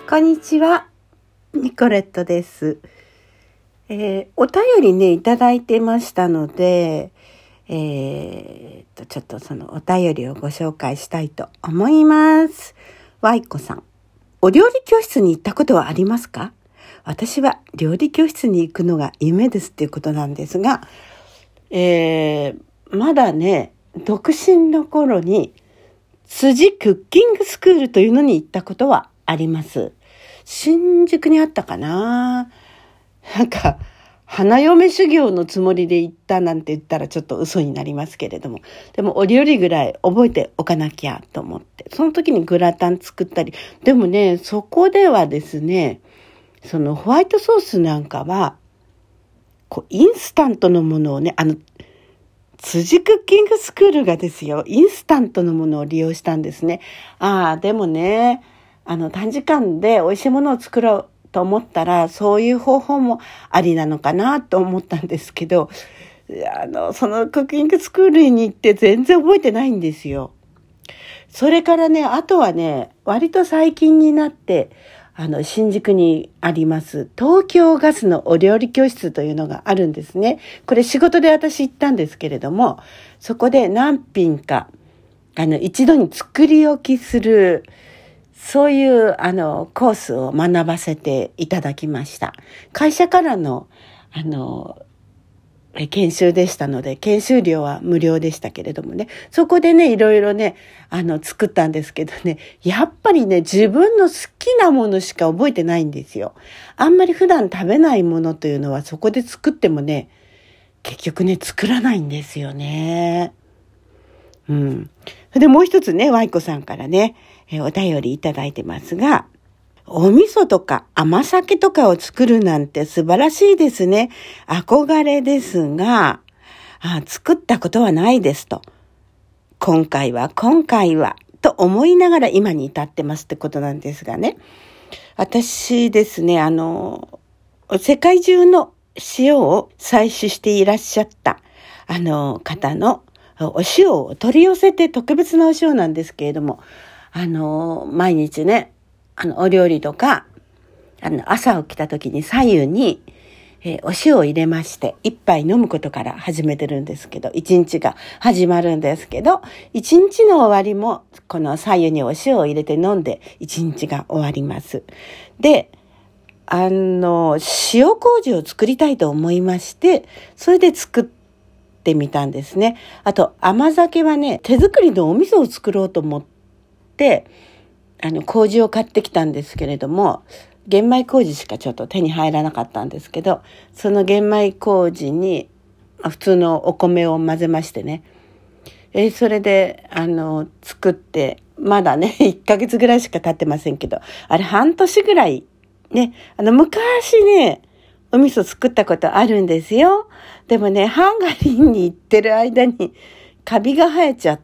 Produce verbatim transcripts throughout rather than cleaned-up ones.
こんにちは、ニコレットです。えー、お便りねいただいてましたので、えー、とちょっとそのお便りをご紹介したいと思います。ワイコさん、お料理教室に行ったことはありますか？私は料理教室に行くのが夢ですっていうことなんですが、えー、まだね独身の頃に辻クッキングスクールというのに行ったことはあります。新宿にあったかな。なんか花嫁修行のつもりで行ったなんて言ったらちょっと嘘になりますけれども、でもお料理ぐらい覚えておかなきゃと思って、その時にグラタン作ったり、でもねそこではですね、そのホワイトソースなんかはこうインスタントのものをね、あの辻クッキングスクールがですよ、インスタントのものを利用したんですね。ああでもね、あの短時間で美味しいものを作ろうと思ったらそういう方法もありなのかなと思ったんですけど、あのそのクッキングスクールに行って全然覚えてないんですよ。それからね、あとはね割と最近になってあの新宿にあります東京ガスのお料理教室というのがあるんですね。これ仕事で私行ったんですけれども、そこで何品かあの一度に作り置きするそういうあのコースを学ばせていただきました。会社からのあの研修でしたので、研修料は無料でしたけれどもね、そこでねいろいろねあの作ったんですけどね、やっぱりね自分の好きなものしか覚えてないんですよ。あんまり普段食べないものというのはそこで作ってもね結局ね作らないんですよね。うん。でもう一つね、ワイコさんからね、えー、お便りいただいてますが、お味噌とか甘酒とかを作るなんて素晴らしいですね。憧れですが、あ、作ったことはないですと。今回は今回はと思いながら今に至ってますってことなんですがね。私ですね、あの、世界中の塩を採取していらっしゃったあの方のお塩を取り寄せて、特別なお塩なんですけれども、あの毎日ねあのお料理とかあの朝起きた時に左右に、えー、お塩を入れまして一杯飲むことから始めてるんですけど、一日が始まるんですけど、一日の終わりもこの左右にお塩を入れて飲んで一日が終わります。で、あの塩麹を作りたいと思いまして、それで作ってってみたんですね。あと甘酒はね、手作りのお味噌を作ろうと思ってあの麹を買ってきたんですけれども、玄米麹しかちょっと手に入らなかったんですけど、その玄米麹に普通のお米を混ぜましてね、えー、それであの作って、まだねいっかげつぐらいしか経ってませんけど、あれ半年ぐらいね、あの昔ねお味噌作ったことあるんですよ。でもね、ハンガリーに行ってる間にカビが生えちゃって、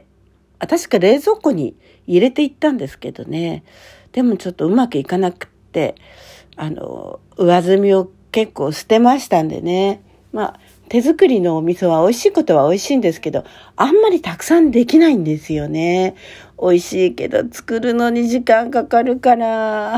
確か冷蔵庫に入れていったんですけどね。でもちょっとうまくいかなくって、あの、上澄みを結構捨てましたんでね。まあ、手作りのお味噌は美味しいことは美味しいんですけど、あんまりたくさんできないんですよね。美味しいけど作るのに時間かかるから、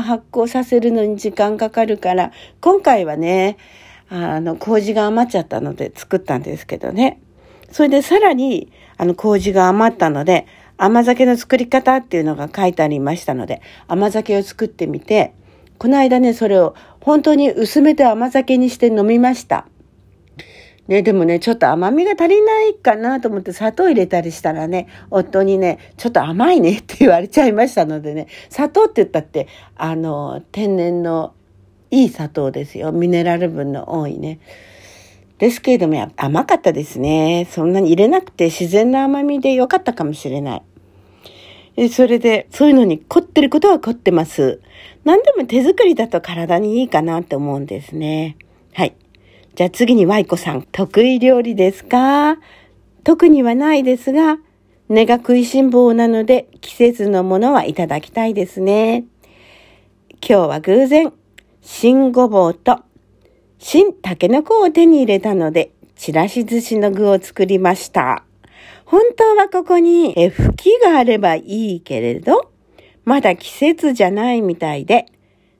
発酵させるのに時間かかるから、今回はね、あの麹が余っちゃったので作ったんですけどね。それでさらにあの麹が余ったので、甘酒の作り方っていうのが書いてありましたので、甘酒を作ってみて、この間ねそれを本当に薄めて甘酒にして飲みました。ね、でもねちょっと甘みが足りないかなと思って砂糖入れたりしたらね、夫にねちょっと甘いねって言われちゃいましたのでね、砂糖って言ったってあの天然のいい砂糖ですよ。ミネラル分の多いね。ですけれども甘かったですね。そんなに入れなくて自然な甘みで良かったかもしれない。えそれでそういうのに凝ってることは凝ってます。何でも手作りだと体にいいかなって思うんですね。はい。じゃあ次にワイコさん、得意料理ですか？特にはないですが、根が食いしん坊なので季節のものはいただきたいですね。今日は偶然新ごぼうと新タケノコを手に入れたので、ちらし寿司の具を作りました。本当はここにえ吹きがあればいいけれど、まだ季節じゃないみたいで、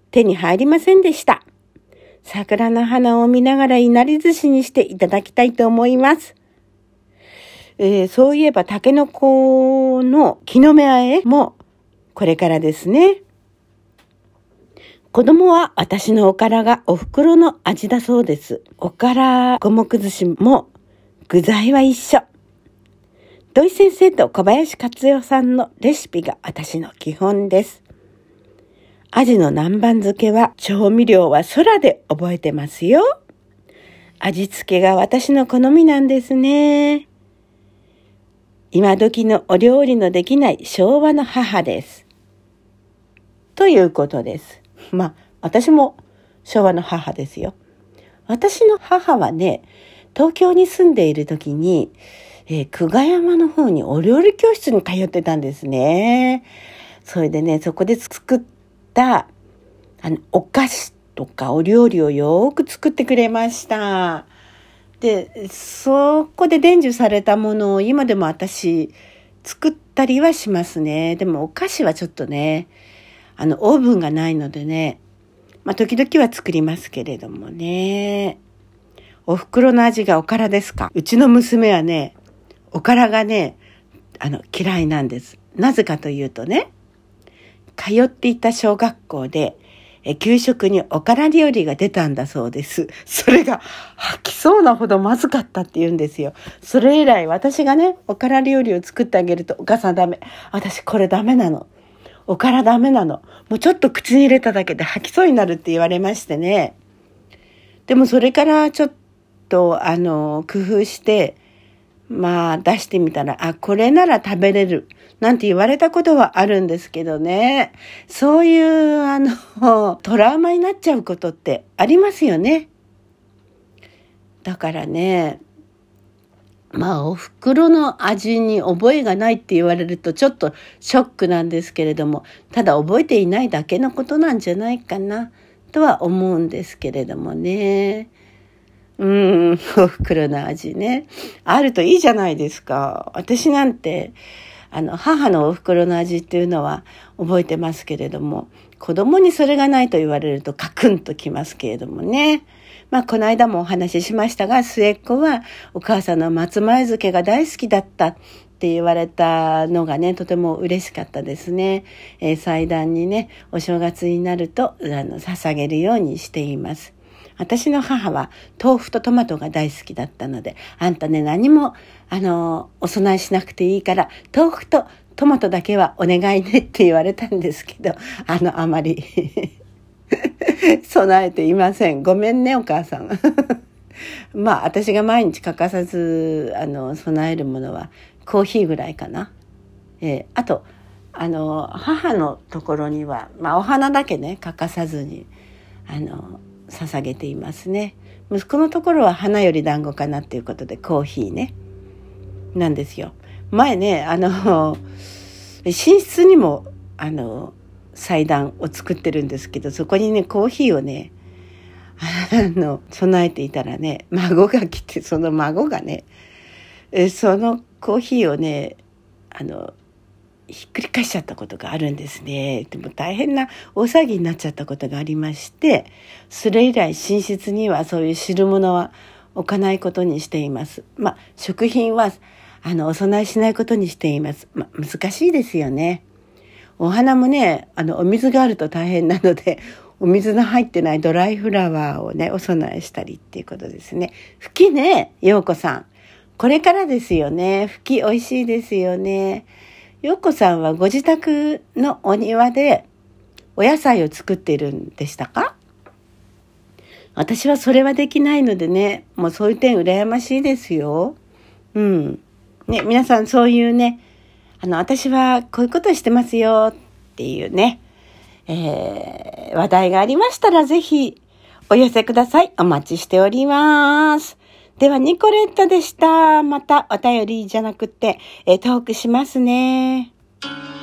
手に入りませんでした。桜の花を見ながらいなり寿司にしていただきたいと思います。えー、そういえばタケノコの木の芽あえもこれからですね。子供は私のおからがお袋の味だそうです。おから五目寿司も具材は一緒。土井先生と小林克代さんのレシピが私の基本です。アジの南蛮漬けは調味料は空で覚えてますよ。味付けが私の好みなんですね。今時のお料理のできない昭和の母です。ということです。まあ、私も昭和の母ですよ。私の母はね、東京に住んでいる時に、えー、久我山の方にお料理教室に通ってたんですね。それでね、そこで作ったあのお菓子とかお料理をよく作ってくれました。で、そこで伝授されたものを今でも私作ったりはしますね。でもお菓子はちょっとね、あのオーブンがないのでね、まあ時々は作りますけれどもね。お袋の味がおからですか？うちの娘はね、おからがね、あの嫌いなんです。なぜかというとね、通っていた小学校でえ給食におから料理が出たんだそうです。それが吐きそうなほどまずかったって言うんですよ。それ以来私がね、おから料理を作ってあげると、お母さんダメ。私これダメなの。おからダメなの。もうちょっと口に入れただけで吐きそうになるって言われましてね。でもそれからちょっとあの工夫して、まあ出してみたら、あ、これなら食べれる。なんて言われたことはあるんですけどね。そういうあのトラウマになっちゃうことってありますよね。だからね、まあお袋の味に覚えがないって言われるとちょっとショックなんですけれども、ただ覚えていないだけのことなんじゃないかなとは思うんですけれどもね。うーん、お袋の味ね。あるといいじゃないですか。私なんてあの母のお袋の味っていうのは覚えてますけれども、子供にそれがないと言われるとカクンときますけれどもね。まあこの間もお話ししましたが、末っ子はお母さんの松前漬けが大好きだったって言われたのがね、とても嬉しかったですね。えー、祭壇にね、お正月になるとあの捧げるようにしています。私の母は豆腐とトマトが大好きだったので、あんたね、何もあのお供えしなくていいから豆腐とトマトだけはお願いねって言われたんですけど、あのあまり備えていません。ごめんねお母さん。まあ私が毎日欠かさずあの備えるものはコーヒーぐらいかな。えー、あとあの母のところには、まあ、お花だけね欠かさずにあの捧げていますね。息子のところは花より団子かなっていうことでコーヒーねなんですよ。前ねあの寝室にもあの祭壇を作ってるんですけど、そこにねコーヒーをねあの備えていたらね、孫が来て、その孫がねそのコーヒーをねあのひっくり返しちゃったことがあるんですね。でも大変な大騒ぎになっちゃったことがありまして、それ以来寝室にはそういう汁物は置かないことにしています。まあ食品はあのお供えしないことにしています。まあ難しいですよね。お花もねあのお水があると大変なので、お水の入ってないドライフラワーをねお供えしたりっていうことですね。ふきね、ようこさん、これからですよね。ふき美味しいですよね。ようこさんはご自宅のお庭でお野菜を作っているんでしたか？私はそれはできないのでね、もうそういう点羨ましいですよ。うん。ね、皆さんそういうね、あの、私はこういうことしてますよっていうね、えー、話題がありましたらぜひお寄せください。お待ちしております。では、ニコレットでした。またお便りじゃなくて、えー、トークしますね。